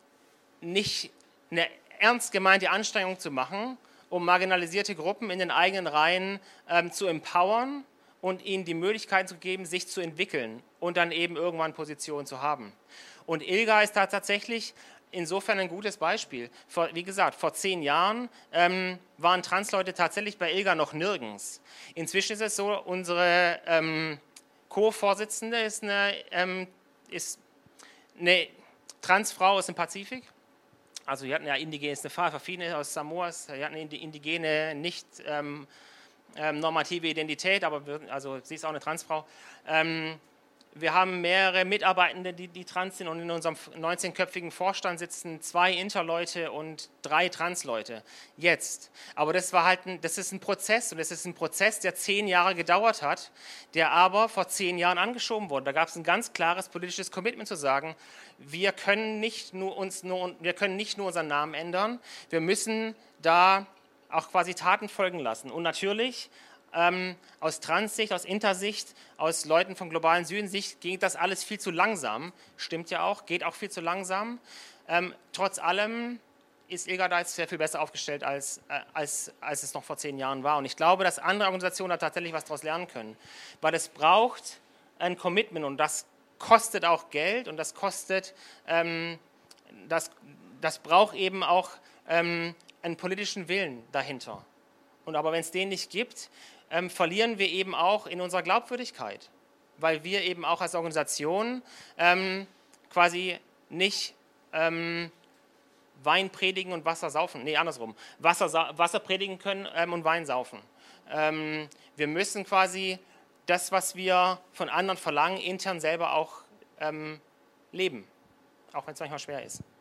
nicht eine ernst gemeinte Anstrengung zu machen, um marginalisierte Gruppen in den eigenen Reihen ähm, zu empowern und ihnen die Möglichkeit zu geben, sich zu entwickeln und dann eben irgendwann Positionen zu haben. Und ILGA ist da tatsächlich insofern ein gutes Beispiel. Vor, wie gesagt, vor zehn Jahren ähm, waren Transleute tatsächlich bei ILGA noch nirgends. Inzwischen ist es so, unsere ähm, Co-Vorsitzende ist eine, ähm, ist eine Transfrau aus dem Pazifik. Also wir hatten ja indigene, ist eine Fafine aus Samoas, wir hatten eine indigene, nicht ähm, ähm, normative Identität, aber wir, also sie ist auch eine Transfrau. Ähm, wir haben mehrere Mitarbeitende, die, die trans sind, und in unserem neunzehnköpfigen Vorstand sitzen zwei Interleute und drei Transleute jetzt. Aber das war halt ein, das ist ein Prozess, und das ist ein Prozess, der zehn Jahre gedauert hat, der aber vor zehn Jahren angeschoben wurde. Da gab es ein ganz klares politisches Commitment zu sagen, wir können nicht nur uns nur, wir können nicht nur unseren Namen ändern, wir müssen da auch quasi Taten folgen lassen. Und natürlich Ähm, aus Transsicht, aus Intersicht, aus Leuten vom globalen Süden-Sicht geht das alles viel zu langsam. Stimmt ja auch, geht auch viel zu langsam. Ähm, trotz allem ist ILGA da jetzt sehr viel besser aufgestellt, als, äh, als, als es noch vor zehn Jahren war. Und ich glaube, dass andere Organisationen da tatsächlich was daraus lernen können. Weil es braucht ein Commitment, und das kostet auch Geld, und das kostet, ähm, das, das braucht eben auch ähm, einen politischen Willen dahinter. Und aber wenn es den nicht gibt, ähm, verlieren wir eben auch in unserer Glaubwürdigkeit, weil wir eben auch als Organisation ähm, quasi nicht ähm, Wein predigen und Wasser saufen, nee, andersrum, Wasser, Wasser predigen können ähm, und Wein saufen. Ähm, wir müssen quasi das, was wir von anderen verlangen, intern selber auch ähm, leben, auch wenn es manchmal schwer ist.